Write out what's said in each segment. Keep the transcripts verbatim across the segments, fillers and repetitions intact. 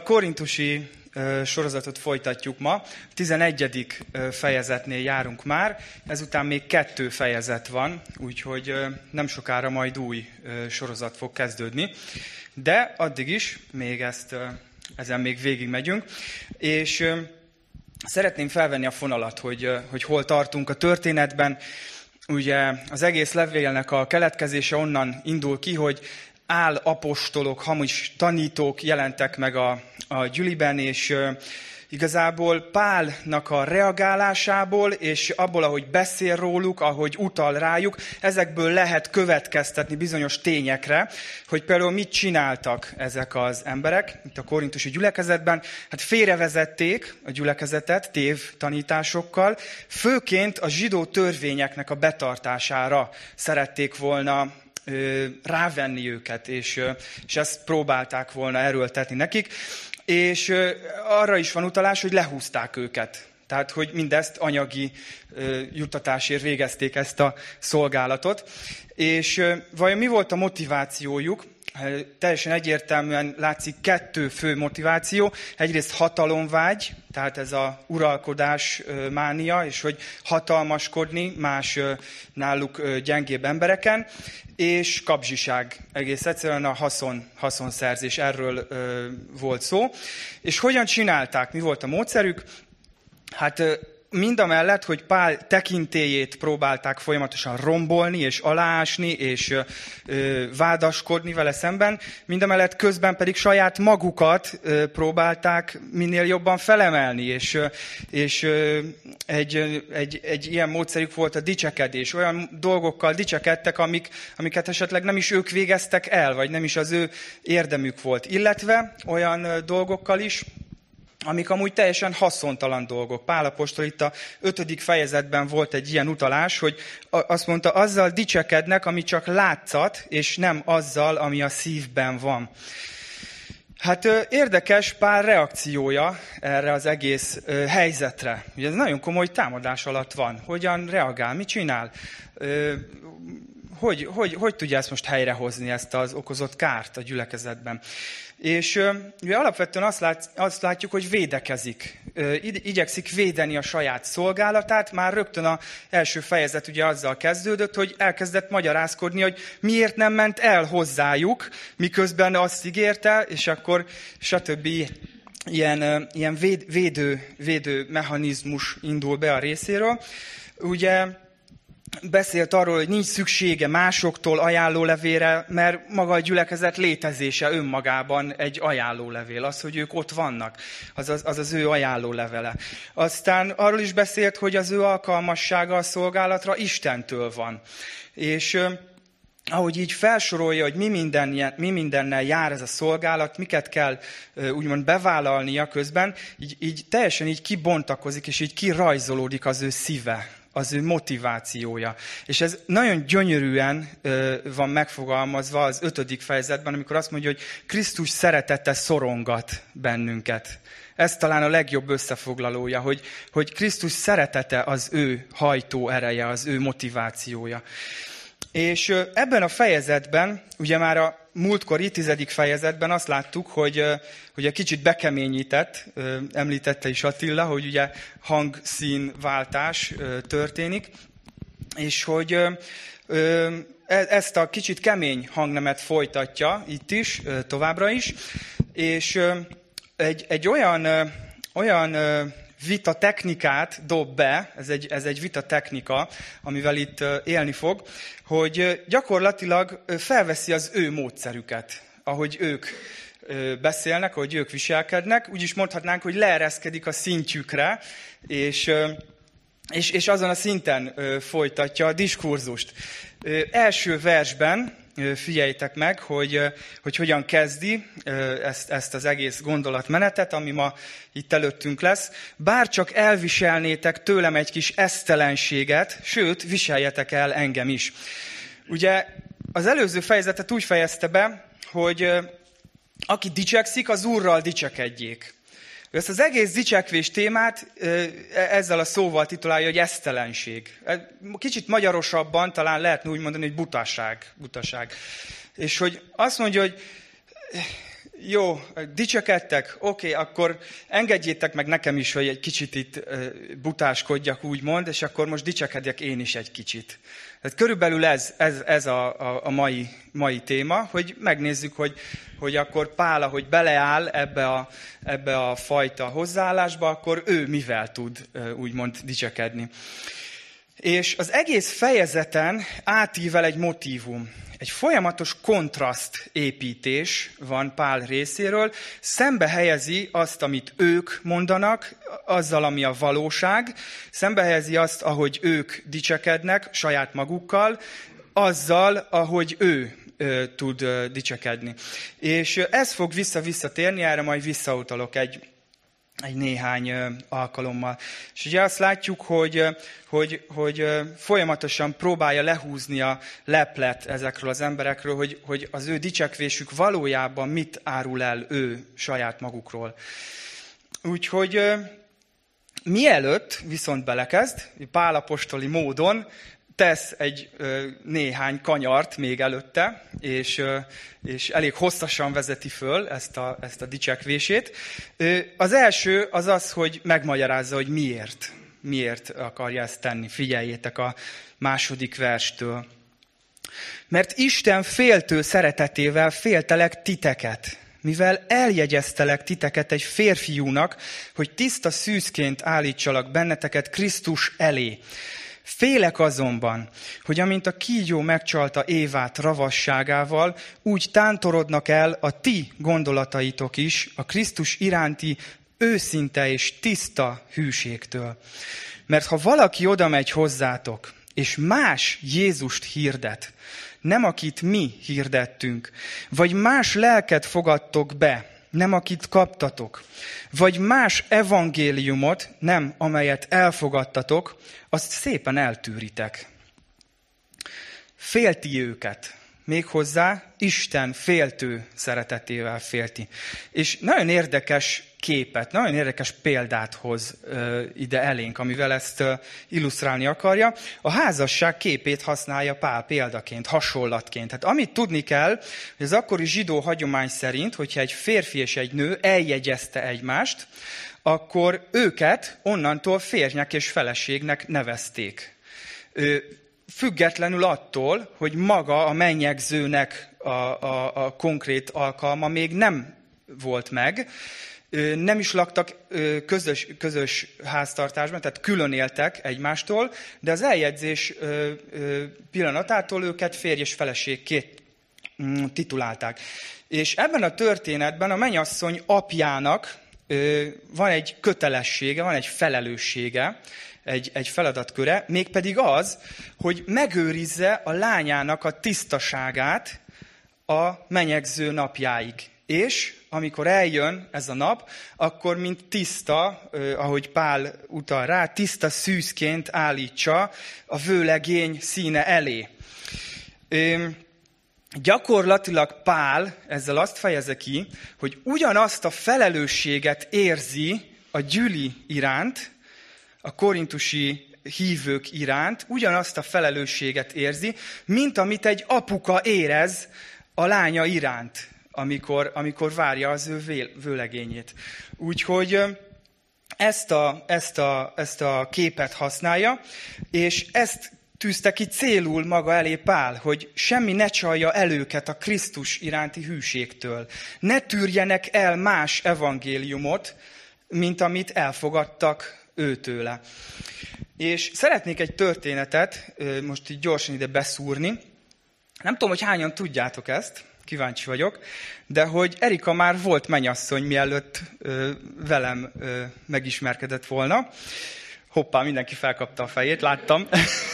Korintusi sorozatot folytatjuk ma. tizenegyedik fejezetnél járunk már, ezután még kettő fejezet van, úgyhogy nem sokára majd új sorozat fog kezdődni. De addig is még ezt, ezen még végigmegyünk. És szeretném felvenni a fonalat, hogy, hogy hol tartunk a történetben. Ugye az egész levélnek a keletkezése onnan indul ki, hogy álapostolok, hamis tanítók jelentek meg a, a gyüliben, és uh, igazából Pálnak a reagálásából, és abból, ahogy beszél róluk, ahogy utal rájuk, ezekből lehet következtetni bizonyos tényekre, hogy például mit csináltak ezek az emberek, itt a korintusi gyülekezetben. Hát félrevezették a gyülekezetet tévtanításokkal, főként a zsidó törvényeknek a betartására szerették volna rávenni őket, és, és ezt próbálták volna erőltetni nekik. És arra is van utalás, hogy lehúzták őket. Tehát, hogy mindezt anyagi juttatásért végezték ezt a szolgálatot. És vajon mi volt a motivációjuk? Teljesen egyértelműen látszik kettő fő motiváció. Egyrészt hatalomvágy, tehát ez a uralkodás mánia, és hogy hatalmaskodni más náluk gyengébb embereken, és kapzsiság, egész egyszerűen a haszon, haszonszerzés, erről ö, volt szó. És hogyan csinálták, mi volt a módszerük? Hát mindamellett, hogy Pál tekintélyét próbálták folyamatosan rombolni, és aláásni, és ö, vádaskodni vele szemben, mindamellett közben pedig saját magukat ö, próbálták minél jobban felemelni, és, ö, és ö, egy, egy, egy ilyen módszerük volt a dicsekedés. Olyan dolgokkal dicsekedtek, amik, amiket esetleg nem is ők végeztek el, vagy nem is az ő érdemük volt. Illetve olyan dolgokkal is, amik amúgy teljesen haszontalan dolgok. Pál apostol itt a ötödik fejezetben volt egy ilyen utalás, hogy azt mondta, azzal dicsekednek, ami csak látszat, és nem azzal, ami a szívben van. Hát érdekes Pál reakciója erre az egész helyzetre. Ugye ez nagyon komoly támadás alatt van. Hogyan reagál, mit csinál? Hogy, hogy, hogy tudja ezt most helyrehozni, ezt az okozott kárt a gyülekezetben? És ugye alapvetően azt, lát, azt látjuk, hogy védekezik. Igyekszik védeni a saját szolgálatát. Már rögtön az első fejezet ugye azzal kezdődött, hogy elkezdett magyarázkodni, hogy miért nem ment el hozzájuk, miközben azt ígérte, és akkor stb. Ilyen, ilyen véd, védő, védő mechanizmus indul be a részéről. Ugye beszélt arról, hogy nincs szüksége másoktól ajánlólevélre, mert maga a gyülekezet létezése önmagában egy ajánlólevél. Az, hogy ők ott vannak, az az, az, az ő ajánlólevele. Aztán arról is beszélt, hogy az ő alkalmassága a szolgálatra Istentől van. És ahogy így felsorolja, hogy mi, minden, mi mindennel jár ez a szolgálat, miket kell úgymond bevállalnia közben, így, így teljesen így kibontakozik, és így kirajzolódik az ő szíve, az ő motivációja. És ez nagyon gyönyörűen ö, van megfogalmazva az ötödik fejezetben, amikor azt mondja, hogy Krisztus szeretete szorongat bennünket. Ez talán a legjobb összefoglalója, hogy, hogy Krisztus szeretete az ő hajtó ereje, az ő motivációja. És ö, ebben a fejezetben, ugye már a múltkori tizedik fejezetben azt láttuk, hogy, hogy egy kicsit bekeményített, említette is Attila, hogy ugye hangszínváltás történik, és hogy ezt a kicsit kemény hangnemet folytatja itt is, továbbra is, és egy, egy olyan, olyan vita technikát dob be, ez egy, ez egy vita technika, amivel itt élni fog, hogy gyakorlatilag felveszi az ő módszerüket, ahogy ők beszélnek, ahogy ők viselkednek. Úgy is mondhatnánk, hogy leereszkedik a szintjükre, és, és, és azon a szinten folytatja a diskurzust. Első versben figyeljétek meg, hogy, hogy hogyan kezdi ezt, ezt az egész gondolatmenetet, ami ma itt előttünk lesz. Bár csak elviselnétek tőlem egy kis esztelenséget, sőt, viseljetek el engem is. Ugye az előző fejezetet úgy fejezte be, hogy aki dicsekszik, az Úrral dicsekedjék. Ezt az egész dicsekvés témát ezzel a szóval titulálja, hogy esztelenség. Kicsit magyarosabban talán lehetne úgy mondani, hogy butaság. butaság. És hogy azt mondja, hogy Jó, dicsekedtek? Oké, okay, akkor engedjétek meg nekem is, hogy egy kicsit itt butáskodjak, úgymond, és akkor most dicsekedjek én is egy kicsit. Tehát körülbelül ez, ez, ez a, a, a mai, mai téma, hogy megnézzük, hogy, hogy akkor Pál, ahogy beleáll ebbe a, ebbe a fajta hozzáállásba, akkor ő mivel tud úgymond dicsekedni. És az egész fejezeten átível egy motívum. Egy folyamatos kontraszt építés van Pál részéről, szembe helyezi azt, amit ők mondanak, azzal, ami a valóság, szembe helyezi azt, ahogy ők dicsekednek saját magukkal, azzal, ahogy ő ö, tud ö, dicsekedni. És ez fog vissza-visszatérni, erre majd visszautalok egy egy néhány ö, alkalommal. És ugye azt látjuk, hogy, hogy, hogy ö, folyamatosan próbálja lehúzni a leplet ezekről az emberekről, hogy, hogy az ő dicsekvésük valójában mit árul el ő saját magukról. Úgyhogy ö, mielőtt viszont belekezd, Pál apostoli módon tesz egy ö, néhány kanyart még előtte, és, ö, és elég hosszasan vezeti föl ezt a, ezt a dicsekvését. Ö, az első az az, hogy megmagyarázza, hogy miért. Miért akarja ezt tenni. Figyeljétek a második verstől. Mert Isten féltő szeretetével féltelek titeket, mivel eljegyeztelek titeket egy férfiúnak, hogy tiszta szűzként állítsalak benneteket Krisztus elé. Félek azonban, hogy amint a kígyó megcsalta Évát ravasságával, úgy tántorodnak el a ti gondolataitok is a Krisztus iránti őszinte és tiszta hűségtől. Mert ha valaki oda megy hozzátok, és más Jézust hirdet, nem akit mi hirdettünk, vagy más lelket fogadtok be, nem akit kaptatok, vagy más evangéliumot, nem amelyet elfogadtatok, azt szépen eltűritek. Félti őket, méghozzá Isten féltő szeretetével félti. És nagyon érdekes képet, nagyon érdekes példát hoz ö, ide elénk, amivel ezt ö, illusztrálni akarja. A házasság képét használja Pál példaként, hasonlatként. Hát amit tudni kell, hogy az akkori zsidó hagyomány szerint, hogyha egy férfi és egy nő eljegyezte egymást, akkor őket onnantól férjnek és feleségnek nevezték. Ö, függetlenül attól, hogy maga a mennyegzőnek a, a, a konkrét alkalma még nem volt meg, nem is laktak közös, közös háztartásban, tehát külön éltek egymástól, de az eljegyzés pillanatától őket férj és feleségként titulálták. És ebben a történetben a mennyasszony apjának van egy kötelessége, van egy felelőssége, egy, egy feladatköre, mégpedig az, hogy megőrizze a lányának a tisztaságát a menyegző napjáig. És amikor eljön ez a nap, akkor mint tiszta, ahogy Pál utal rá, tiszta szűzként állítsa a vőlegény színe elé. Gyakorlatilag Pál ezzel azt fejezi ki, hogy ugyanazt a felelősséget érzi a gyüli iránt, a korintusi hívők iránt, ugyanazt a felelősséget érzi, mint amit egy apuka érez a lánya iránt, amikor, amikor várja az ő vőlegényét. Úgyhogy ezt a, ezt, a, ezt a képet használja, és ezt tűzte ki célul maga elé Pál, hogy semmi ne csalja el őket a Krisztus iránti hűségtől. Ne tűrjenek el más evangéliumot, mint amit elfogadtak őtőle. És szeretnék egy történetet most így gyorsan ide beszúrni. Nem tudom, hogy hányan tudjátok ezt, kíváncsi vagyok, de hogy Erika már volt mennyasszony, mielőtt ö, velem ö, megismerkedett volna. Hoppá, mindenki felkapta a fejét, láttam.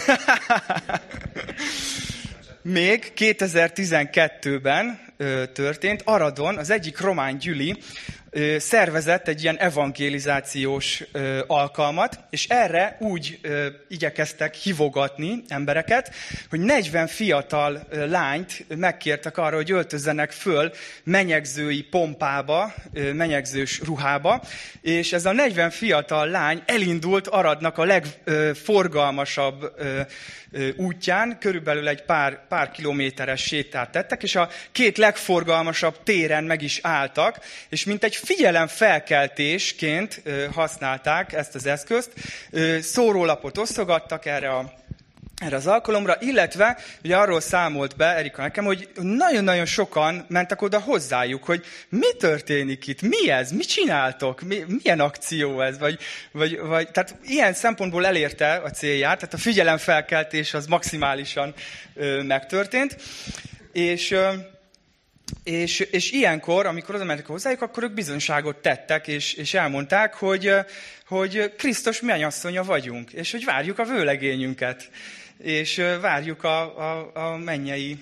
Még kétezer-tizenkettőben ö, történt, Aradon az egyik román gyüli szervezett egy ilyen evangelizációs alkalmat, és erre úgy igyekeztek hívogatni embereket, hogy negyven fiatal lányt megkértek arra, hogy öltözzenek föl menyegzői pompába, menyegzős ruhába, és ez a negyven fiatal lány elindult Aradnak a legforgalmasabb útján, körülbelül egy pár, pár kilométeres sétát tettek, és a két legforgalmasabb téren meg is álltak, és mint egy figyelemfelkeltésként használták ezt az eszközt, szórólapot osztogattak erre a erre az alkalomra, illetve ugye arról számolt be Erika nekem, hogy nagyon-nagyon sokan mentek oda hozzájuk, hogy mi történik itt, mi ez, mit csináltok, mi, milyen akció ez, vagy, vagy, vagy, tehát ilyen szempontból elérte a célját, tehát a figyelemfelkeltés az maximálisan ö, megtörtént, és, ö, és, és ilyenkor, amikor oda mentek hozzájuk, akkor ők bizonyságot tettek, és, és elmondták, hogy, hogy Krisztus mennyasszonya vagyunk, és hogy várjuk a vőlegényünket. És várjuk a, a, a mennyei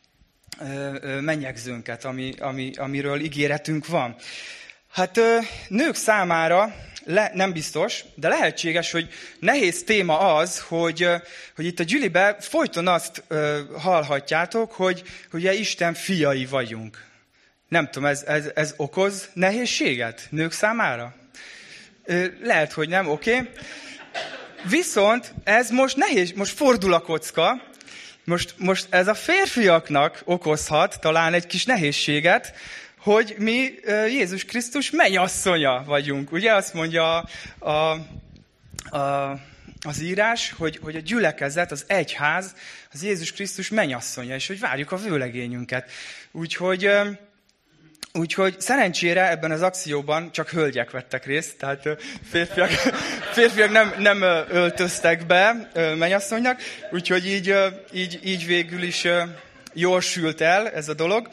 mennyegzőnket, ami, ami, amiről ígéretünk van. Hát nők számára le, nem biztos, de lehetséges, hogy nehéz téma az, hogy, hogy itt a gyülibe folyton azt hallhatjátok, hogy, hogy ugye Isten fiai vagyunk. Nem tudom, ez, ez, ez okoz nehézséget nők számára? Lehet, hogy nem, oké. Okay. Viszont ez most nehéz, most fordul a kocka, most, most ez a férfiaknak okozhat talán egy kis nehézséget, hogy mi Jézus Krisztus mennyasszonya vagyunk. Ugye azt mondja a, a, a, az írás, hogy, hogy a gyülekezet, az egyház, az Jézus Krisztus mennyasszonya, és hogy várjuk a vőlegényünket. Úgyhogy... Úgyhogy szerencsére ebben az akcióban csak hölgyek vettek részt, tehát férfiak, férfiak nem, nem öltöztek be mennyasszonynak, úgyhogy így, így, így végül is jól sült el ez a dolog.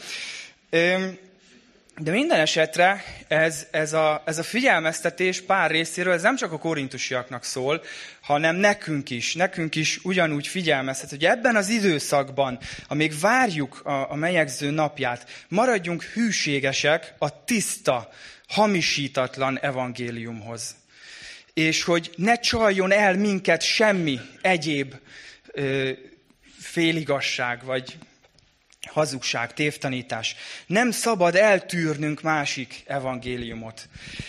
De minden esetre ez, ez, a, ez a figyelmeztetés pár részéről, ez nem csak a korintusiaknak szól, hanem nekünk is, nekünk is ugyanúgy figyelmeztet, hogy ebben az időszakban, amíg várjuk a, a menyegző napját, maradjunk hűségesek a tiszta, hamisítatlan evangéliumhoz. És hogy ne csaljon el minket semmi egyéb ö, féligasság, vagy hazugság, tévtanítás. Nem szabad eltűrnünk másik evangéliumot.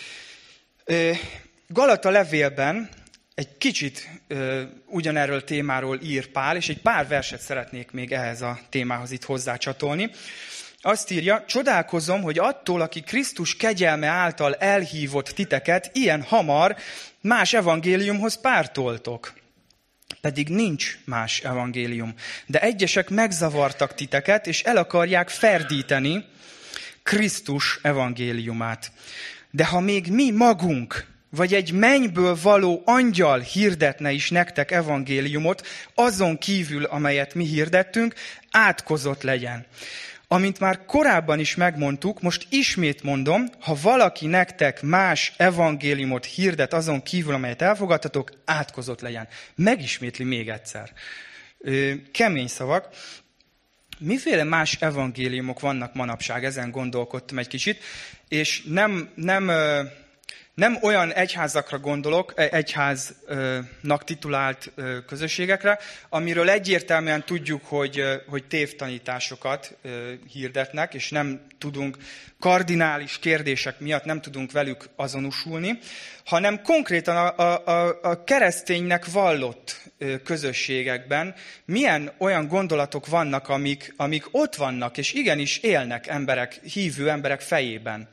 Galata levélben egy kicsit ö, ugyanerről témáról ír Pál, és egy pár verset szeretnék még ehhez a témához itt hozzácsatolni. Azt írja, csodálkozom, hogy attól, aki Krisztus kegyelme által elhívott titeket, ilyen hamar más evangéliumhoz pártoltok. Pedig nincs más evangélium. De egyesek megzavartak titeket, és el akarják ferdíteni Krisztus evangéliumát. De ha még mi magunk, vagy egy mennyből való angyal hirdetne is nektek evangéliumot, azon kívül, amelyet mi hirdettünk, átkozott legyen. Amint már korábban is megmondtuk, most ismét mondom, ha valaki nektek más evangéliumot hirdet azon kívül, amelyet elfogadtatok, átkozott legyen. Megismétli még egyszer. Kemény szavak. Miféle más evangéliumok vannak manapság? Ezen gondolkodtam egy kicsit, és nem... nem Nem olyan egyházakra gondolok, egyháznak titulált közösségekre, amiről egyértelműen tudjuk, hogy, hogy tévtanításokat hirdetnek, és nem tudunk kardinális kérdések miatt nem tudunk velük azonosulni, hanem konkrétan a, a, a kereszténynek vallott közösségekben milyen olyan gondolatok vannak, amik, amik ott vannak, és igenis élnek emberek, hívő emberek fejében.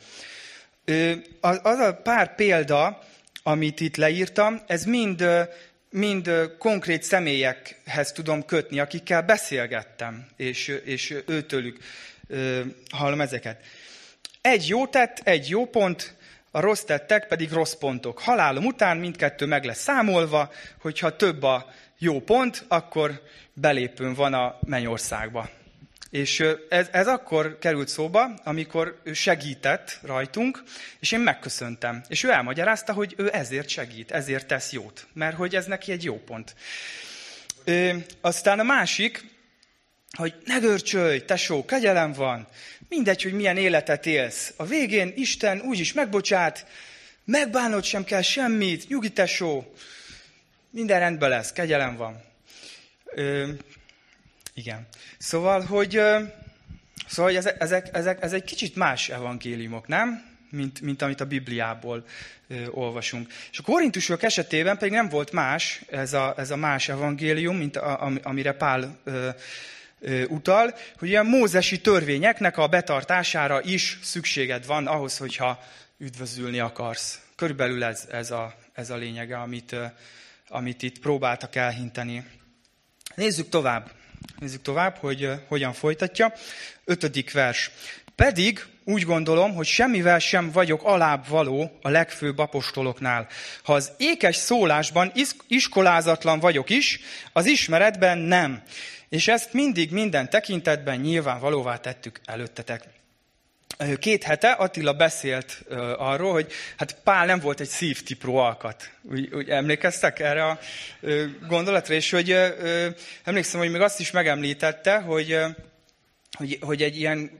Az a pár példa, amit itt leírtam, ez mind, mind konkrét személyekhez tudom kötni, akikkel beszélgettem, és, és őtőlük hallom ezeket. Egy jó tett, egy jó pont, a rossz tettek pedig rossz pontok. Halálom után mindkettő meg lesz számolva, hogyha több a jó pont, akkor belépőn van a mennyországba. És ez, ez akkor került szóba, amikor ő segített rajtunk, és én megköszöntem. És ő elmagyarázta, hogy ő ezért segít, ezért tesz jót, mert hogy ez neki egy jó pont. Ö, aztán a másik, hogy ne görcsölj, tesó, kegyelem van, mindegy, hogy milyen életet élsz. A végén Isten úgyis megbocsát, megbánod sem kell semmit, nyugi, tesó, minden rendben lesz, kegyelem van. Ö, igen. Szóval, hogy, ö, szóval, hogy ezek, ezek, ezek, ez egy kicsit más evangéliumok, nem? Mint, mint amit a Bibliából ö, olvasunk. És a korintusok esetében pedig nem volt más, ez a, ez a más evangélium, mint a, amire Pál ö, ö, utal, hogy ilyen mózesi törvényeknek a betartására is szükséged van ahhoz, hogyha üdvözülni akarsz. Körülbelül ez, ez, a, ez a lényege, amit, ö, amit itt próbáltak elhinteni. Nézzük tovább. Nézzük tovább, hogy ö, hogyan folytatja. Ötödik vers. Pedig úgy gondolom, hogy semmivel sem vagyok alább való a legfőbb apostoloknál. Ha az ékes szólásban iskolázatlan vagyok is, az ismeretben nem. És ezt mindig minden tekintetben nyilvánvalóvá tettük előttetek. Két hete Attila beszélt arról, hogy hát Pál nem volt egy szívtipró alkat. Úgy, úgy emlékeztek erre a gondolatra? És hogy emlékszem, hogy még azt is megemlítette, hogy, hogy, hogy egy ilyen...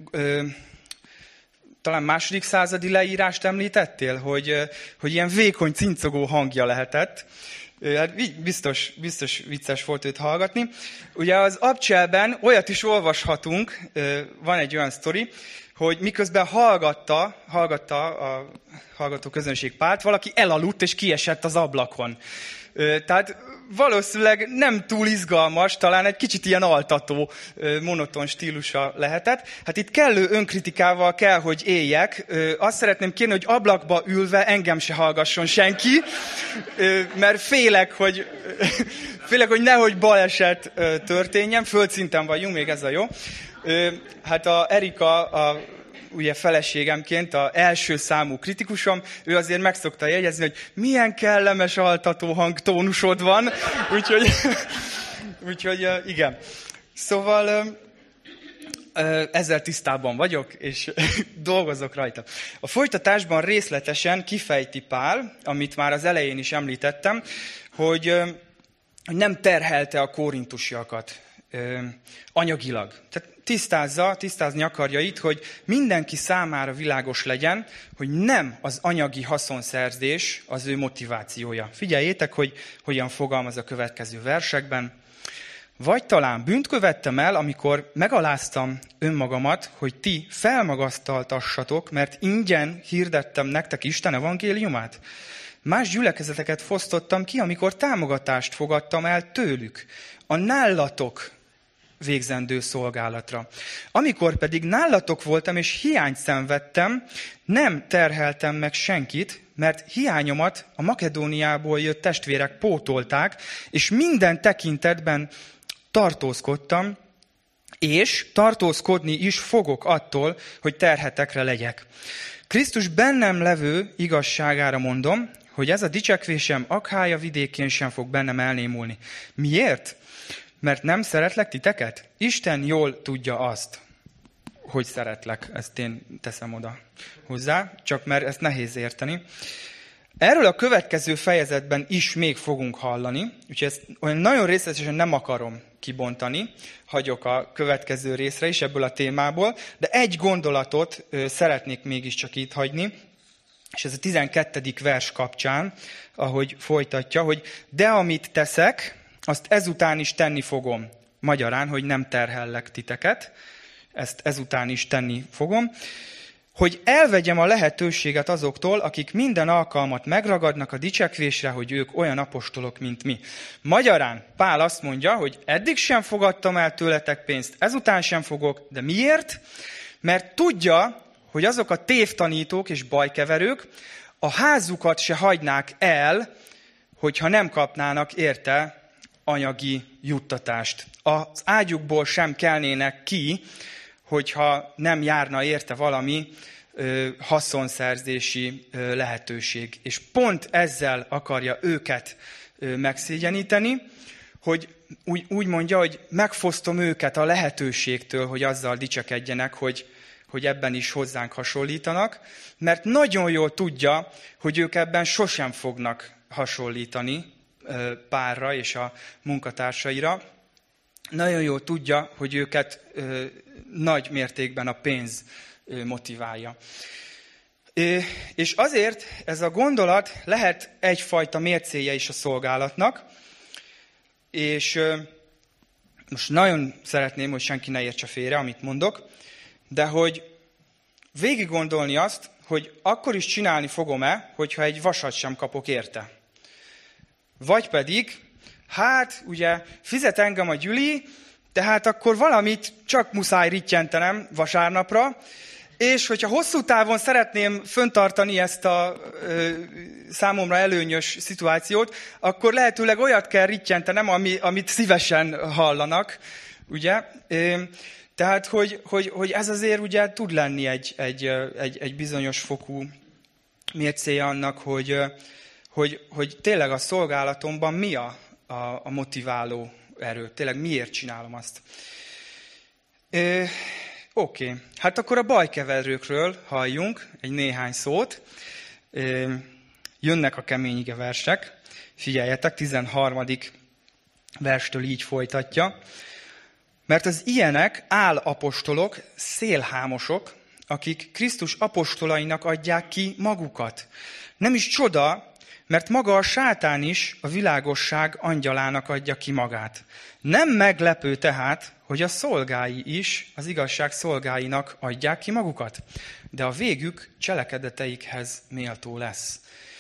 talán második századi leírást említettél, hogy, hogy ilyen vékony, cincogó hangja lehetett. Hát biztos, biztos vicces volt őt hallgatni. Ugye az Abcselben olyat is olvashatunk, van egy olyan sztori, hogy miközben hallgatta, hallgatta a hallgató közönség Pált, valaki elaludt és kiesett az ablakon. Tehát valószínűleg nem túl izgalmas, talán egy kicsit ilyen altató, monoton stílusa lehetett. Hát itt kellő önkritikával kell, hogy éljek. Azt szeretném kérni, hogy ablakba ülve engem se hallgasson senki, mert félek, hogy, félek, hogy nehogy baleset történjen. Földszinten vagyunk, még ez a jó. Hát a Erika, a ugye feleségemként az első számú kritikusom, ő azért meg szokta jegyezni, hogy milyen kellemes altató hangtónusod van, úgyhogy, úgyhogy igen. Szóval ezzel tisztában vagyok, és dolgozok rajta. A folytatásban részletesen kifejti Pál, amit már az elején is említettem, hogy, hogy nem terhelte a korintusiakat anyagilag. Tehát tisztázza, tisztázni akarja itt, hogy mindenki számára világos legyen, hogy nem az anyagi haszonszerzés az ő motivációja. Figyeljétek, hogy hogyan fogalmaz a következő versekben. Vagy talán bűnt követtem el, amikor megaláztam önmagamat, hogy ti felmagasztaltassatok, mert ingyen hirdettem nektek Isten evangéliumát. Más gyülekezeteket fosztottam ki, amikor támogatást fogadtam el tőlük. A nálatok végzendő szolgálatra. Amikor pedig nálatok voltam és hiányt szenvedtem, nem terheltem meg senkit, mert hiányomat a Makedóniából jött testvérek pótolták, és minden tekintetben tartózkodtam, és tartózkodni is fogok attól, hogy terhetekre legyek. Krisztus bennem levő igazságára mondom, hogy ez a dicsekvésem Akhája vidékén sem fog bennem elnémulni. Miért? Mert nem szeretlek titeket? Isten jól tudja azt, hogy szeretlek. Ezt én teszem oda hozzá, csak mert ezt nehéz érteni. Erről a következő fejezetben is még fogunk hallani, úgyhogy ezt olyan nagyon részletesen nem akarom kibontani, hagyok a következő részre is ebből a témából, de egy gondolatot szeretnék mégiscsak itt hagyni, és ez a tizenkettedik vers kapcsán, ahogy folytatja, hogy de amit teszek, azt ezután is tenni fogom. Magyarán, hogy nem terhellek titeket, ezt ezután is tenni fogom, hogy elvegyem a lehetőséget azoktól, akik minden alkalmat megragadnak a dicsekvésre, hogy ők olyan apostolok, mint mi. Magyarán Pál azt mondja, hogy eddig sem fogadtam el tőletek pénzt, ezután sem fogok, de miért? Mert tudja, hogy azok a tévtanítók és bajkeverők a házukat se hagynák el, hogyha nem kapnának érte anyagi juttatást. Az ágyukból sem kelnének ki, hogyha nem járna érte valami ö, haszonszerzési ö, lehetőség. És pont ezzel akarja őket ö, megszégyeníteni, hogy úgy, úgy mondja, hogy megfosztom őket a lehetőségtől, hogy azzal dicsekedjenek, hogy, hogy ebben is hozzánk hasonlítanak, mert nagyon jól tudja, hogy ők ebben sosem fognak hasonlítani ö, Pálra és a munkatársaira. nagyon jól tudja, hogy őket ö, nagy mértékben a pénz ö, motiválja. Ö, és azért ez a gondolat lehet egyfajta mércéje is a szolgálatnak, és ö, most nagyon szeretném, hogy senki ne értse félre, amit mondok, de hogy végig gondolni azt, hogy akkor is csinálni fogom-e, hogyha egy vasat sem kapok érte. Vagy pedig, hát ugye fizet engem a Gyüli, tehát akkor valamit csak muszáj rittyentenem vasárnapra, és hogyha hosszú távon szeretném föntartani ezt a ö, számomra előnyös szituációt, akkor lehetőleg olyat kell rittyentenem, ami, amit szívesen hallanak, ugye? Ö, tehát, hogy, hogy, hogy ez azért ugye tud lenni egy, egy, egy, egy bizonyos fokú mércéje annak, hogy, hogy, hogy tényleg a szolgálatomban mi a, a, a motiváló erő, tényleg miért csinálom azt. Ö, Oké, okay. Hát akkor a bajkeverőkről halljunk egy néhány szót. Ö, jönnek a kemény ige versek. Figyeljetek, tizenharmadik verstől így folytatja. Mert az ilyenek álapostolok, szélhámosok, akik Krisztus apostolainak adják ki magukat. Nem is csoda, mert maga a sátán is a világosság angyalának adja ki magát. Nem meglepő tehát, hogy a szolgái is az igazság szolgáinak adják ki magukat, de a végük cselekedeteikhez méltó lesz.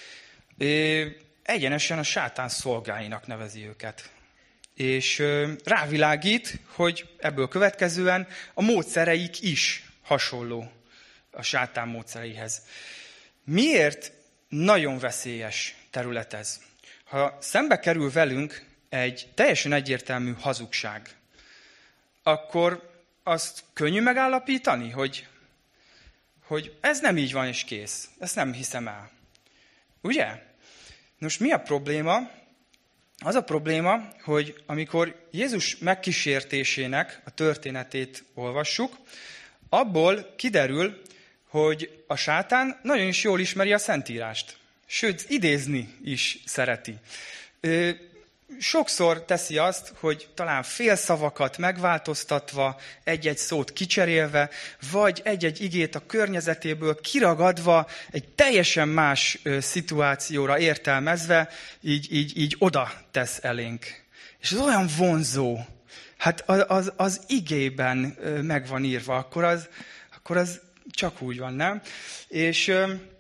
É, egyenesen a sátán szolgáinak nevezi őket. És rávilágít, hogy ebből következően a módszereik is hasonló a sátán módszereihez. Miért nagyon veszélyes terület ez? Ha szembe kerül velünk egy teljesen egyértelmű hazugság, akkor azt könnyű megállapítani, hogy, hogy ez nem így van és kész. Ezt nem hiszem el. Ugye? Nos, mi a probléma? Az a probléma, hogy amikor Jézus megkísértésének a történetét olvassuk, abból kiderül, hogy a sátán nagyon is jól ismeri a Szentírást. Sőt, idézni is szereti. Sokszor teszi azt, hogy talán félszavakat megváltoztatva, egy-egy szót kicserélve, vagy egy-egy igét a környezetéből kiragadva, egy teljesen más szituációra értelmezve, így, így, így oda tesz elénk. És ez olyan vonzó. Hát az, az, az igében meg van írva, akkor az, akkor az csak úgy van, nem? És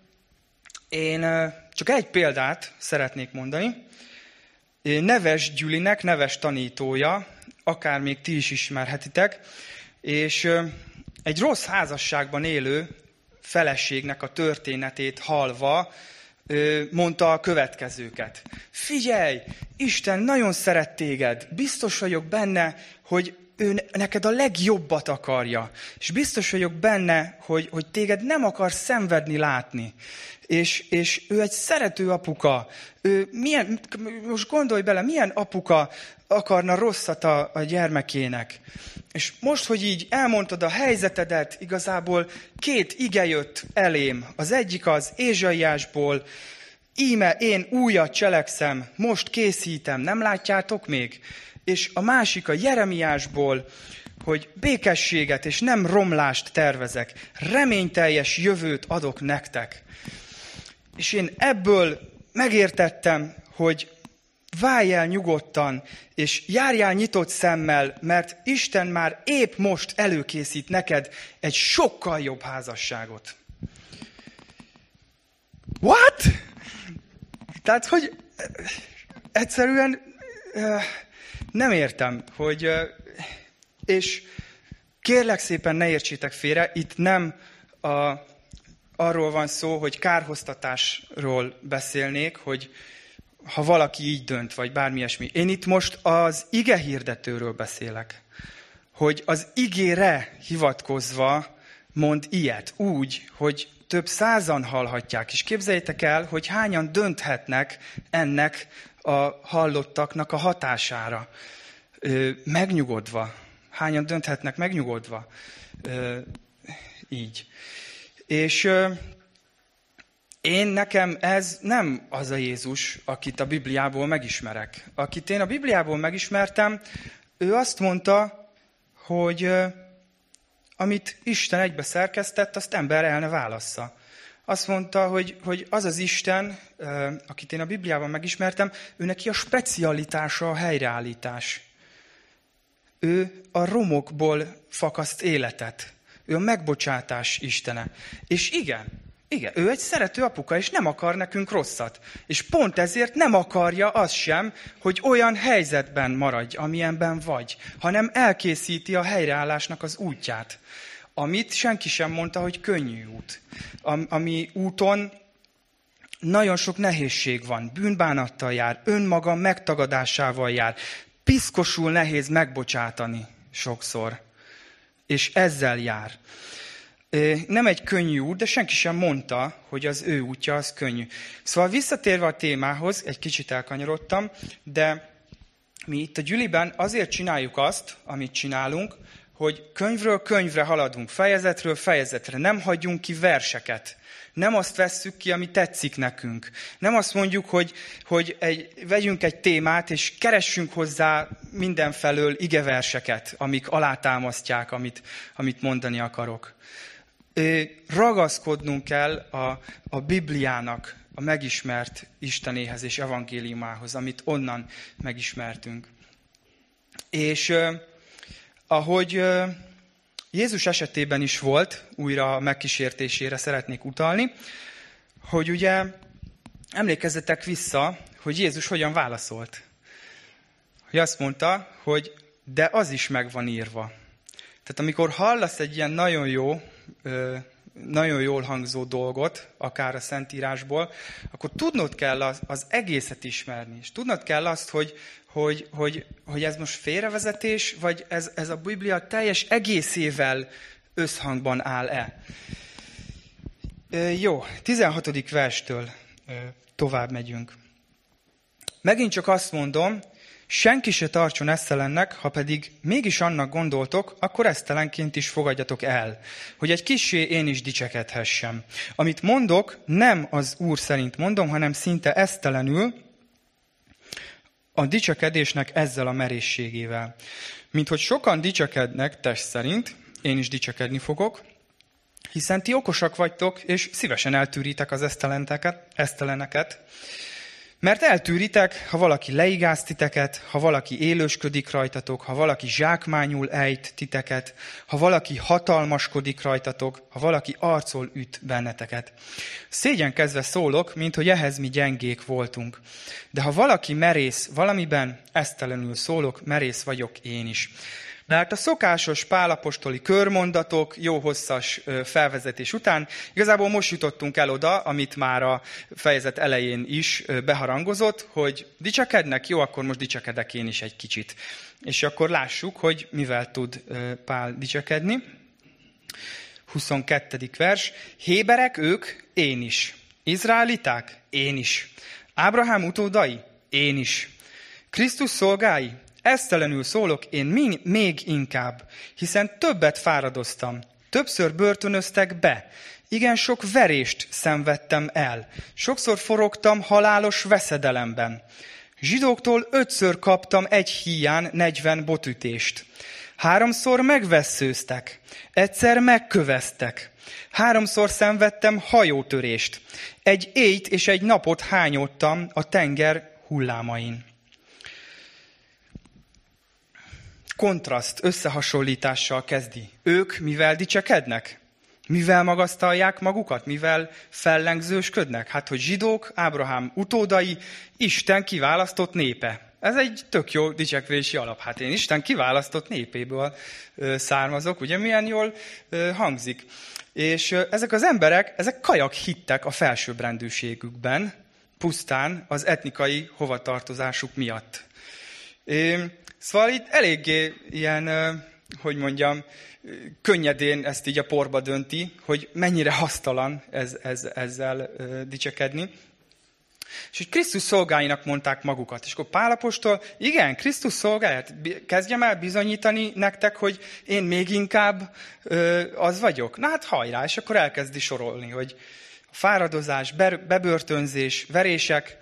én csak egy példát szeretnék mondani. Neves Gyülinek, neves tanítója, akár még ti is ismerhetitek, és egy rossz házasságban élő feleségnek a történetét hallva mondta a következőket. Figyelj, Isten nagyon szeret téged, biztos vagyok benne, hogy ő neked a legjobbat akarja, és biztos vagyok benne, hogy, hogy téged nem akar szenvedni látni. És, és ő egy szerető apuka. Ő milyen, most gondolj bele, milyen apuka akarna rosszat a, a gyermekének. És most, hogy így elmondtad a helyzetedet, igazából két ige jött elém. Az egyik az Ézsaiásból, íme én újat cselekszem, most készítem, nem látjátok még? És a másik a Jeremiásból, hogy békességet és nem romlást tervezek, reményteljes jövőt adok nektek. És én ebből megértettem, hogy válj el nyugodtan, és járjál nyitott szemmel, mert Isten már épp most előkészít neked egy sokkal jobb házasságot. What? Tehát, hogy egyszerűen nem értem, hogy... És kérlek szépen ne értsétek félre, itt nem a... arról van szó, hogy kárhoztatásról beszélnék, hogy ha valaki így dönt, vagy bármi ilyesmi. Én itt most az ige hirdetőről beszélek, hogy az igére hivatkozva mond ilyet, úgy, hogy több százan hallhatják. És képzeljétek el, hogy hányan dönthetnek ennek a hallottaknak a hatására. Ö, megnyugodva. Hányan dönthetnek megnyugodva. Ö, így. És ö, én nekem ez nem az a Jézus, akit a Bibliából megismerek. Akit én a Bibliából megismertem, ő azt mondta, hogy amit Isten egybe szerkesztett, azt ember el ne válassza. Azt mondta, hogy, hogy az az Isten, akit én a Bibliában megismertem, ő neki a specialitása a helyreállítás. Ő a romokból fakaszt életet. Ő a megbocsátás Istene. És igen, igen, ő egy szerető apuka, és nem akar nekünk rosszat. És pont ezért nem akarja az sem, hogy olyan helyzetben maradj, amilyenben vagy, hanem elkészíti a helyreállásnak az útját. Amit senki sem mondta, hogy könnyű út. Ami úton nagyon sok nehézség van, bűnbánattal jár, önmaga megtagadásával jár. Piszkosul nehéz megbocsátani sokszor. És ezzel jár. Nem egy könnyű út, de senki sem mondta, hogy az ő útja az könnyű. Szóval visszatérve a témához, egy kicsit elkanyarodtam, de mi itt a gyüliben azért csináljuk azt, amit csinálunk, hogy könyvről könyvre haladunk, fejezetről fejezetre, nem hagyjunk ki verseket. Nem azt vesszük ki, ami tetszik nekünk. Nem azt mondjuk, hogy, hogy egy, vegyünk egy témát, és keressünk hozzá mindenfelől igeverseket, amik alátámasztják, amit, amit mondani akarok. Ragaszkodnunk kell a, a Bibliának a megismert Istenéhez és evangéliumához, amit onnan megismertünk. És ahogy Jézus esetében is volt, újra a megkísértésére szeretnék utalni, hogy ugye emlékezzetek vissza, hogy Jézus hogyan válaszolt. Hogy azt mondta, hogy de az is meg van írva. Tehát amikor hallasz egy ilyen nagyon jó, nagyon jól hangzó dolgot, akár a Szentírásból, akkor tudnod kell az, az egészet ismerni. És tudnod kell azt, hogy, hogy, hogy, hogy ez most félrevezetés, vagy ez, ez a Biblia teljes egészével összhangban áll-e. Jó, tizenhatodik verstől tovább megyünk. Megint csak azt mondom, senki se tartson esztelennek, ha pedig mégis annak gondoltok, akkor esztelenként is fogadjatok el, hogy egy kissé én is dicsekedhessem. Amit mondok, nem az Úr szerint mondom, hanem szinte esztelenül a dicsekedésnek ezzel a merészségével. Mint hogy sokan dicsekednek test szerint, én is dicsekedni fogok, hiszen ti okosak vagytok, és szívesen eltűritek az eszteleneket, mert eltűritek, ha valaki leigáz titeket, ha valaki élősködik rajtatok, ha valaki zsákmányul ejt titeket, ha valaki hatalmaskodik rajtatok, ha valaki arcol üt benneteket. Szégyenkezve szólok, mint hogy ehhez mi gyengék voltunk. De ha valaki merész valamiben, esztelenül szólok, merész vagyok én is. De hát a szokásos Pál apostoli körmondatok, jó hosszas felvezetés után igazából most jutottunk el oda, amit már a fejezet elején is beharangozott, hogy dicsekednek, jó, akkor most dicsekedek én is egy kicsit. És akkor lássuk, hogy mivel tud Pál dicsekedni. huszonkettedik vers. Héberek ők, én is. Izraeliták, én is. Ábrahám utódai, én is. Krisztus szolgái, esztelenül szólok, én még inkább, hiszen többet fáradoztam, többször börtönöztek be, igen sok verést szenvedtem el, sokszor forogtam halálos veszedelemben. Zsidóktól ötször kaptam egy híján negyven botütést. Háromszor megvesszőztek, egyszer megköveztek, háromszor szenvedtem hajótörést, egy éjt és egy napot hányódtam a tenger hullámain. Kontraszt, összehasonlítással kezdi. Ők mivel dicsekednek? Mivel magasztalják magukat? Mivel fellengzősködnek? Hát, hogy zsidók, Ábrahám utódai, Isten kiválasztott népe. Ez egy tök jó dicsekvési alap. Hát én Isten kiválasztott népéből származok, ugye milyen jól hangzik. És ezek az emberek, ezek kajak hittek a felsőbbrendűségükben, pusztán az etnikai hovatartozásuk miatt. Szóval itt eléggé ilyen, hogy mondjam, könnyedén ezt így a porba dönti, hogy mennyire hasztalan ez, ez, ezzel dicsekedni. És hogy Krisztus szolgáinak mondták magukat. És akkor Pál apostol, igen, Krisztus szolgáját, kezdjem el bizonyítani nektek, hogy én még inkább az vagyok. Na hát hajrá, és akkor elkezdi sorolni, hogy a fáradozás, bebörtönzés, verések,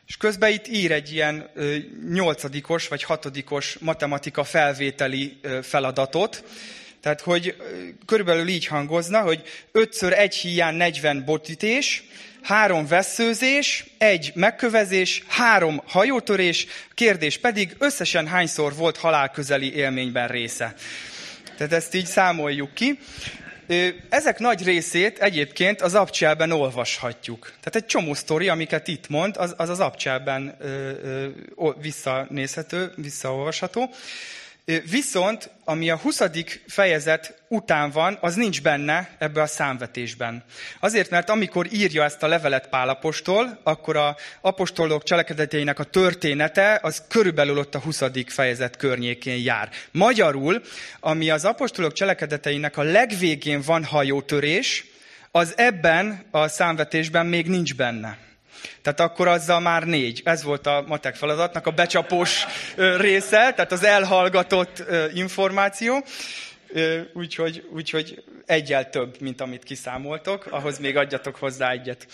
És közben itt ír egy ilyen ö, nyolcadikos vagy hatodikos matematika felvételi ö, feladatot. Tehát, hogy ö, körülbelül így hangozna, hogy ötször egy híján negyven botütés, három vesszőzés, egy megkövezés, három hajótörés, kérdés pedig összesen hányszor volt halálközeli élményben része. Tehát ezt így számoljuk ki. Ezek nagy részét egyébként az Abcselben olvashatjuk. Tehát egy csomó sztori, amiket itt mond, az az, az Abcselben visszanézhető, visszaolvasható. Viszont, ami a huszadik fejezet után van, az nincs benne ebbe a számvetésben. Azért, mert amikor írja ezt a levelet Pál apostol, akkor az apostolok cselekedeteinek a története az körülbelül ott a huszadik fejezet környékén jár. Magyarul, ami az apostolok cselekedeteinek a legvégén van hajótörés, az ebben a számvetésben még nincs benne. Tehát akkor azzal már négy. Ez volt a matek feladatnak a becsapós része, tehát az elhallgatott információ. Úgyhogy, úgyhogy egyel több, mint amit kiszámoltok. Ahhoz még adjatok hozzá egyet.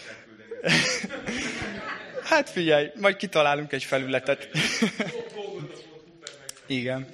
Hát figyelj, majd kitalálunk egy felületet. Igen.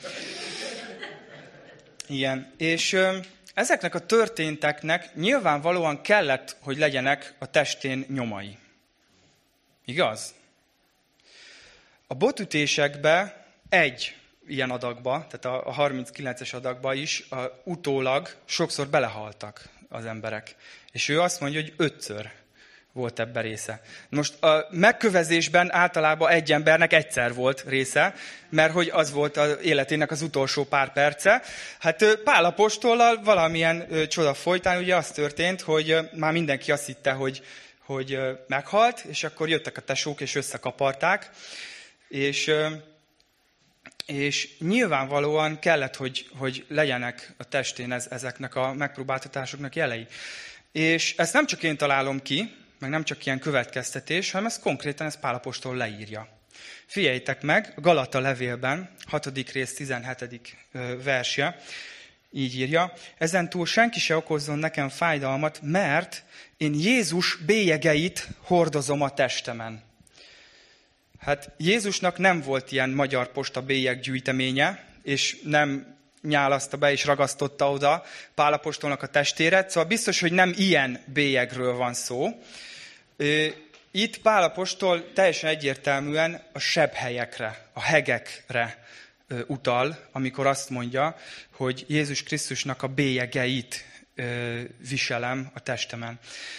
Igen. És ezeknek a történteknek nyilvánvalóan kellett, hogy legyenek a testén nyomai. Igaz? A botütésekbe egy ilyen adagba, tehát a harminckilences adagba is a, utólag sokszor belehaltak az emberek. És ő azt mondja, hogy ötször volt ebben része. Most a megkövezésben általában egy embernek egyszer volt része, mert hogy az volt az életének az utolsó pár perce. Hát Pál apostollal valamilyen csoda folytán ugye az történt, hogy már mindenki azt hitte, hogy hogy meghalt, és akkor jöttek a tesók, és összekaparták, és, és nyilvánvalóan kellett, hogy, hogy legyenek a testén ez, ezeknek a megpróbáltatásoknak jelei. És ezt nem csak én találom ki, meg nem csak ilyen következtetés, hanem ezt konkrétan ez Pál apostol leírja. Figyeljétek meg, Galata levélben, hatodik rész, tizenhetedik versje, így írja, ezentúl senki se okozzon nekem fájdalmat, mert én Jézus bélyegeit hordozom a testemen. Hát Jézusnak nem volt ilyen magyar posta bélyeggyűjteménye, és nem nyálaszta be és ragasztotta oda Pál apostolnak a testére, szóval biztos, hogy nem ilyen bélyegről van szó. Itt Pál apostol teljesen egyértelműen a sebhelyekre, a hegekre utal, amikor azt mondja, hogy Jézus Krisztusnak a bélyegeit viselem a testemen.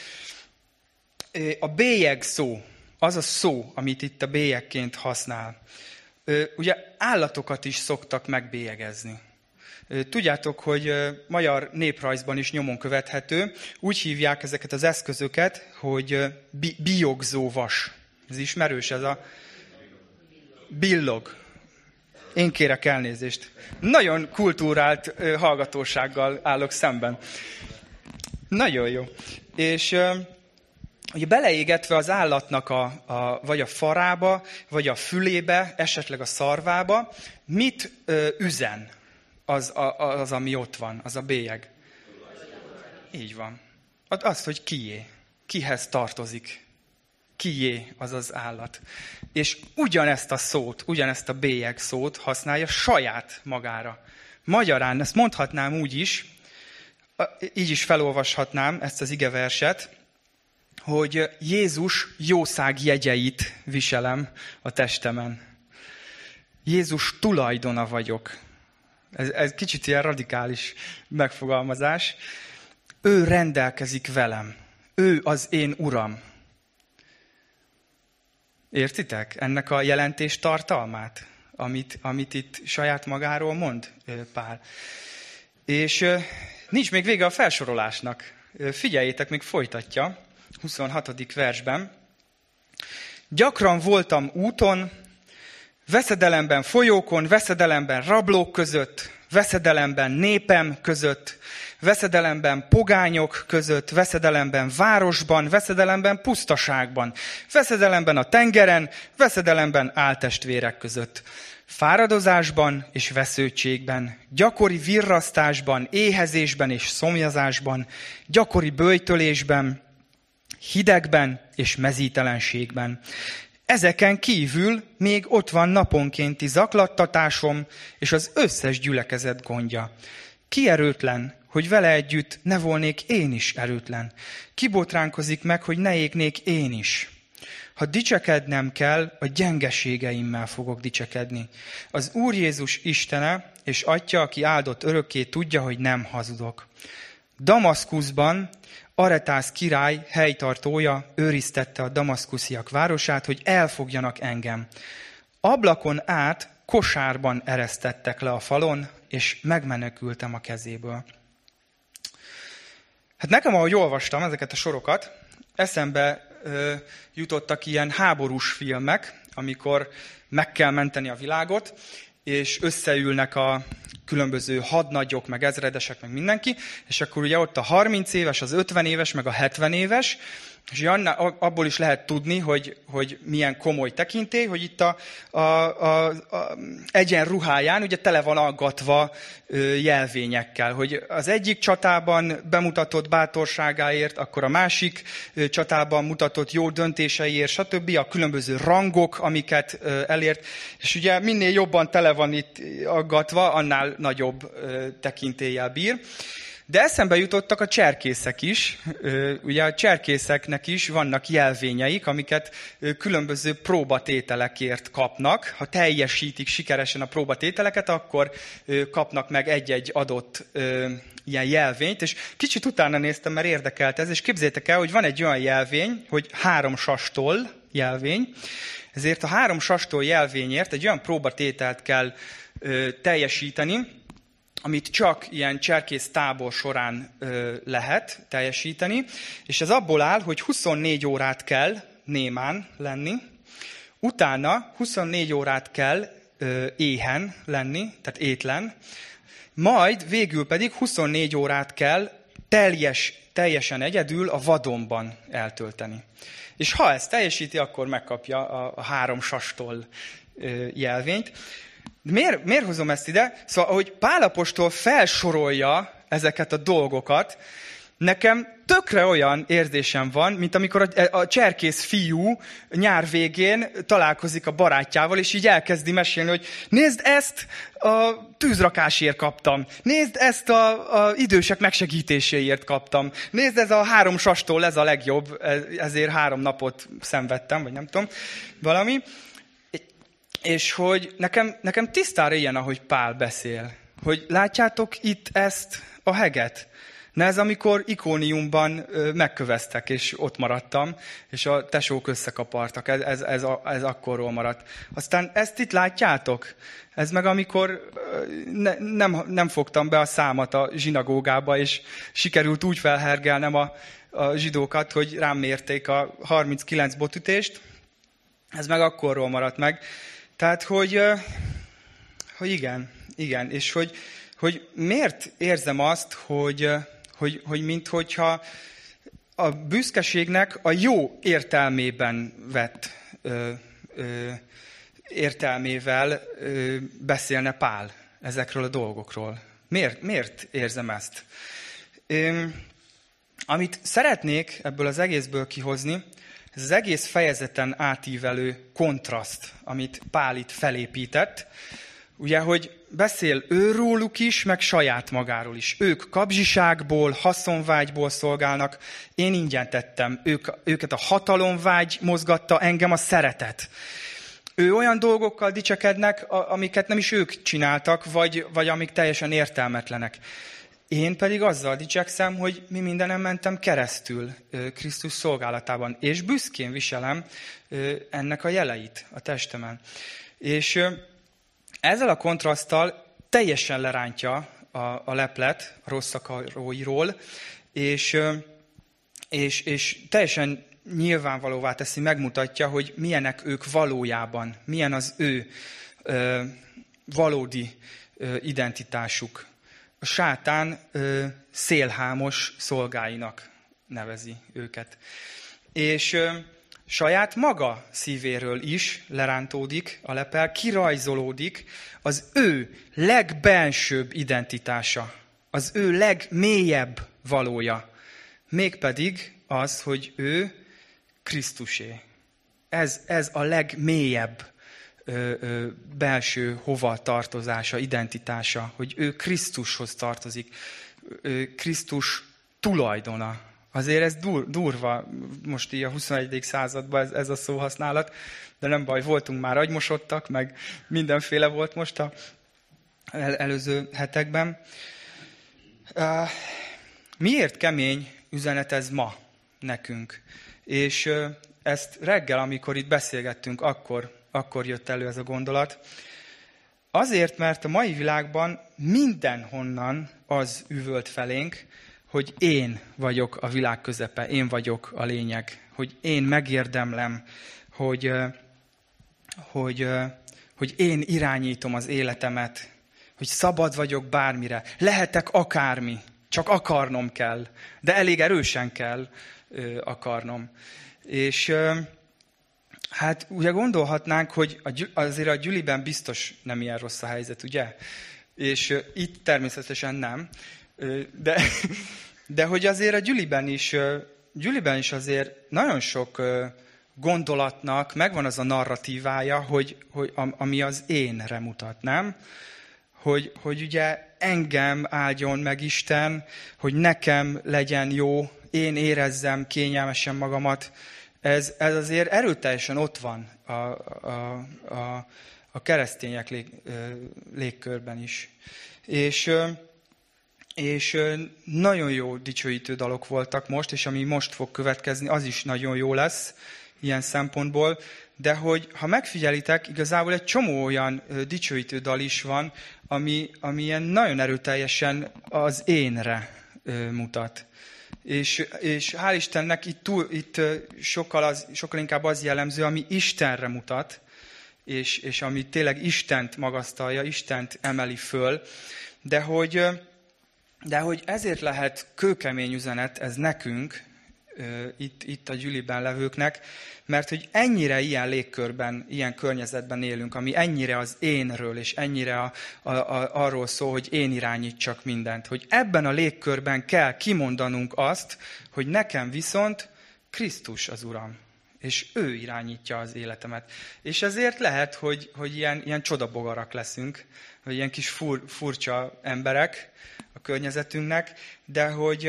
A bélyeg szó, az a szó, amit itt a bélyegként használ. Ugye állatokat is szoktak megbélyegezni. Tudjátok, hogy magyar néprajzban is nyomon követhető. Úgy hívják ezeket az eszközöket, hogy bi- biogzó vas. Ez ismerős, ez a billog. Én kérek elnézést. Nagyon kultúrált hallgatósággal állok szemben. Nagyon jó. És ugye beleégetve az állatnak a, a, vagy a farába, vagy a fülébe, esetleg a szarvába, mit ö, üzen az, a, az, ami ott van, az a bélyeg? Így van. Azt, hogy kié, kihez tartozik. Kié az az állat. És ugyanezt a szót, ugyanezt a bélyeg szót használja saját magára. Magyarán ezt mondhatnám úgy is, így is felolvashatnám ezt az igeverset, hogy Jézus jószág jegyeit viselem a testemen. Jézus tulajdona vagyok. Ez, ez kicsit ilyen radikális megfogalmazás. Ő rendelkezik velem. Ő az én uram. Értitek ennek a jelentés tartalmát, amit, amit itt saját magáról mond Pál? És nincs még vége a felsorolásnak. Figyeljétek, még folytatja, huszonhatodik versben. Gyakran voltam úton, veszedelemben folyókon, veszedelemben rablók között, veszedelemben népem között, veszedelemben pogányok között, veszedelemben városban, veszedelemben pusztaságban, veszedelemben a tengeren, veszedelemben áltestvérek között. Fáradozásban és vesződtségben, gyakori virrasztásban, éhezésben és szomjazásban, gyakori böjtölésben, hidegben és mezítelenségben. Ezeken kívül még ott van naponkénti zaklattatásom és az összes gyülekezet gondja. Ki erőtlen, hogy vele együtt ne volnék én is erőtlen? Ki botránkozik meg, hogy ne égnék én is? Ha dicsekednem kell, a gyengeségeimmel fogok dicsekedni. Az Úr Jézus Istene és Atya, aki áldott örökké, tudja, hogy nem hazudok. Damaszkuszban Aretász király helytartója őriztette a damaszkusziak városát, hogy elfogjanak engem. Ablakon át kosárban eresztettek le a falon, és megmenekültem a kezéből. Hát nekem, ahogy olvastam ezeket a sorokat, eszembe ö, jutottak ilyen háborús filmek, amikor meg kell menteni a világot, és összeülnek a különböző hadnagyok, meg ezredesek, meg mindenki, és akkor ugye ott a harminc éves, az ötven éves, meg a hetven éves, és abból is lehet tudni, hogy, hogy milyen komoly tekintély, hogy itt a, a, a, a egyenruháján ugye tele van aggatva jelvényekkel, hogy az egyik csatában bemutatott bátorságáért, akkor a másik csatában mutatott jó döntéseiért, stb. A különböző rangok, amiket elért, és ugye minél jobban tele van itt aggatva, annál nagyobb tekintéllyel bír. De eszembe jutottak a cserkészek is. Ugye a cserkészeknek is vannak jelvényeik, amiket különböző próbatételekért kapnak. Ha teljesítik sikeresen a próbatételeket, akkor kapnak meg egy-egy adott ilyen jelvényt. És kicsit utána néztem, mert érdekelt ez, és képzeljétek el, hogy van egy olyan jelvény, hogy három sastól jelvény. Ezért a három sastól jelvényért egy olyan próbatételt kell teljesíteni, amit csak ilyen cserkész tábor során ö, lehet teljesíteni, és ez abból áll, hogy huszonnégy órát kell némán lenni, utána huszonnégy órát kell ö, éhen lenni, tehát étlen, majd végül pedig huszonnégy órát kell teljes, teljesen egyedül a vadonban eltölteni. És ha ezt teljesíti, akkor megkapja a, a három sastól ö, jelvényt. Miért, miért hozom ezt ide? Szóval, ahogy Pál apostol felsorolja ezeket a dolgokat, nekem tökre olyan érzésem van, mint amikor a, a cserkész fiú nyár végén találkozik a barátjával, és így elkezdi mesélni, hogy nézd, ezt a tűzrakásért kaptam. Nézd, ezt a, a idősek megsegítéséért kaptam. Nézd, ez a három sastól, ez a legjobb, ezért három napot szenvedtem, vagy nem tudom, valami. És hogy nekem, nekem tisztára ilyen, ahogy Pál beszél. Hogy látjátok itt ezt a heget? Na ez amikor Ikóniumban megköveztek, és ott maradtam, és a tesók összekapartak. Ez, ez, ez, ez akkorról maradt. Aztán ezt itt látjátok? Ez meg amikor ne, nem, nem fogtam be a számat a zsinagógába, és sikerült úgy felhergelnem a, a zsidókat, hogy rám mérték a harminckilenc botütést. Ez meg akkorról maradt meg. Tehát, hogy, hogy igen, igen, és hogy, hogy miért érzem azt, hogy, hogy, hogy minthogyha a büszkeségnek a jó értelmében vett ö, ö, értelmével ö, beszélne Pál ezekről a dolgokról. Miért, miért érzem ezt? Ö, amit szeretnék ebből az egészből kihozni, ez az egész fejezeten átívelő kontraszt, amit Pál itt felépített. Ugye, hogy beszél őróluk is, meg saját magáról is. Ők kapzsiságból, haszonvágyból szolgálnak, én ingyen tettem. Ők, őket a hatalomvágy mozgatta, engem a szeretet. Ő olyan dolgokkal dicsekednek, amiket nem is ők csináltak, vagy, vagy amik teljesen értelmetlenek. Én pedig azzal dicsekszem, hogy mi mindenem mentem keresztül Krisztus szolgálatában, és büszkén viselem ennek a jeleit a testemen. És ezzel a kontraszttal teljesen lerántja a, a leplet a rossz akaróiról, és, és, és teljesen nyilvánvalóvá teszi, megmutatja, hogy milyenek ők valójában, milyen az ő ö, valódi ö, identitásuk. A sátán ö, szélhámos szolgáinak nevezi őket. És ö, saját maga szívéről is lerántódik a lepel, kirajzolódik az ő legbensőbb identitása, az ő legmélyebb valója. Mégpedig az, hogy ő Krisztusé. ez, ez a legmélyebb ö, ö, belső hova tartozása, identitása, hogy ő Krisztushoz tartozik, ö, Krisztus tulajdona. Azért ez dur, durva, most így a huszonegyedik században ez, ez a szóhasználat, de nem baj, voltunk már agymosodtak, meg mindenféle volt most a el, előző hetekben. Uh, miért kemény üzenet ez ma nekünk? És uh, ezt reggel, amikor itt beszélgettünk, akkor, akkor jött elő ez a gondolat. Azért, mert a mai világban mindenhonnan az üvölt felénk, hogy én vagyok a világ közepe, én vagyok a lényeg, hogy én megérdemlem, hogy, hogy, hogy én irányítom az életemet, hogy szabad vagyok bármire, lehetek akármi, csak akarnom kell, de elég erősen kell akarnom. És hát ugye gondolhatnánk, hogy azért a gyüliben biztos nem ilyen rossz a helyzet, ugye? És itt természetesen nem. De, de hogy azért a gyüliben is, gyüliben is azért nagyon sok gondolatnak megvan az a narratívája, hogy, hogy ami az énre mutat, nem? Hogy, hogy ugye engem áldjon meg Isten, hogy nekem legyen jó, én érezzem kényelmesen magamat. Ez, ez azért erőteljesen ott van a, a, a, a keresztények lég, légkörben is. És... És nagyon jó dicsőítő dalok voltak most, és ami most fog következni, az is nagyon jó lesz ilyen szempontból. De hogy ha megfigyelitek, igazából egy csomó olyan dicsőítő dal is van, ami, ami ilyen nagyon erőteljesen az énre mutat. És, és hál' Istennek itt, túl, itt sokkal, az, sokkal inkább az jellemző, ami Istenre mutat, és, és ami tényleg Istent magasztalja, Istent emeli föl. De hogy... De hogy ezért lehet kőkemény üzenet ez nekünk, itt, itt a gyüliben levőknek, mert hogy ennyire ilyen légkörben, ilyen környezetben élünk, ami ennyire az énről, és ennyire a, a, a, arról szól, hogy én irányítsak mindent. Hogy ebben a légkörben kell kimondanunk azt, hogy nekem viszont Krisztus az Uram, és ő irányítja az életemet. És ezért lehet, hogy, hogy ilyen, ilyen csodabogarak leszünk, vagy ilyen kis fur, furcsa emberek a környezetünknek, de hogy,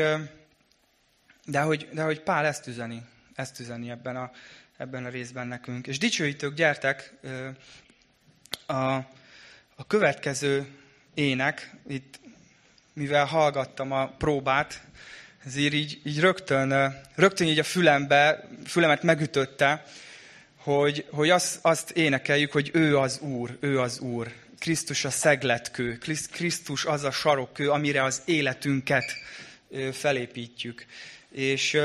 de hogy, de hogy Pál ezt üzeni, ezt üzeni ebben a, ebben a részben nekünk. És dicsőítők, gyertek, a, a következő ének, itt, mivel hallgattam a próbát, ezért így, így rögtön, rögtön így a fülembe, fülemet megütötte, hogy, hogy azt, azt énekeljük, hogy ő az Úr, ő az Úr. Krisztus a szegletkő, Krisztus az a sarokkő, amire az életünket felépítjük. És,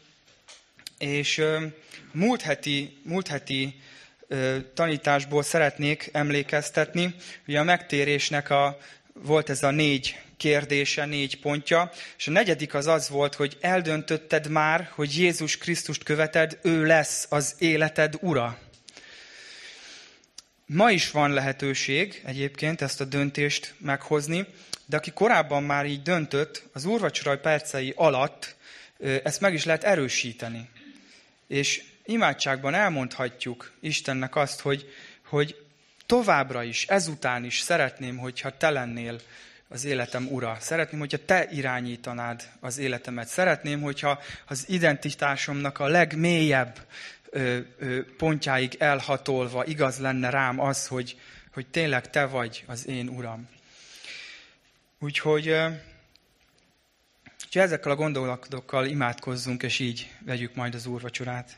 és múlt heti, múlt heti tanításból szeretnék emlékeztetni, ugye a megtérésnek a, volt ez a négy kérdése, négy pontja, és a negyedik az az volt, hogy eldöntötted már, hogy Jézus Krisztust követed, ő lesz az életed ura. Ma is van lehetőség egyébként ezt a döntést meghozni, de aki korábban már így döntött, az úrvacsora percei alatt ezt meg is lehet erősíteni. És imádságban elmondhatjuk Istennek azt, hogy, hogy továbbra is, ezután is szeretném, hogyha te lennél az életem ura. Szeretném, hogyha te irányítanád az életemet. Szeretném, hogyha az identitásomnak a legmélyebb ö, ö, pontjáig elhatolva igaz lenne rám az, hogy, hogy tényleg te vagy az én uram. Úgyhogy, ö, úgyhogy ezekkel a gondolatokkal imádkozzunk, és így vegyük majd az úrvacsorát.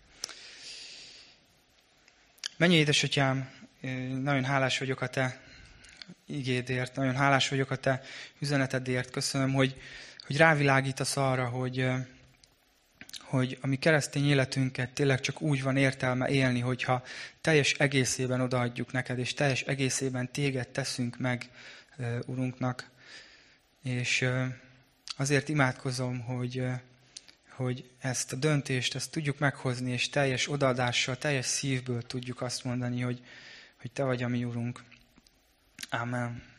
Mennyei édesatyám, nagyon hálás vagyok a te igédért, nagyon hálás vagyok a te üzenetedért. Köszönöm, hogy, hogy rávilágítasz arra, hogy, hogy a mi keresztény életünket tényleg csak úgy van értelme élni, hogyha teljes egészében odaadjuk neked, és teljes egészében téged teszünk meg Urunknak. És azért imádkozom, hogy, hogy ezt a döntést, ezt tudjuk meghozni, és teljes odaadással, teljes szívből tudjuk azt mondani, hogy, hogy te vagy a mi Urunk. Amen.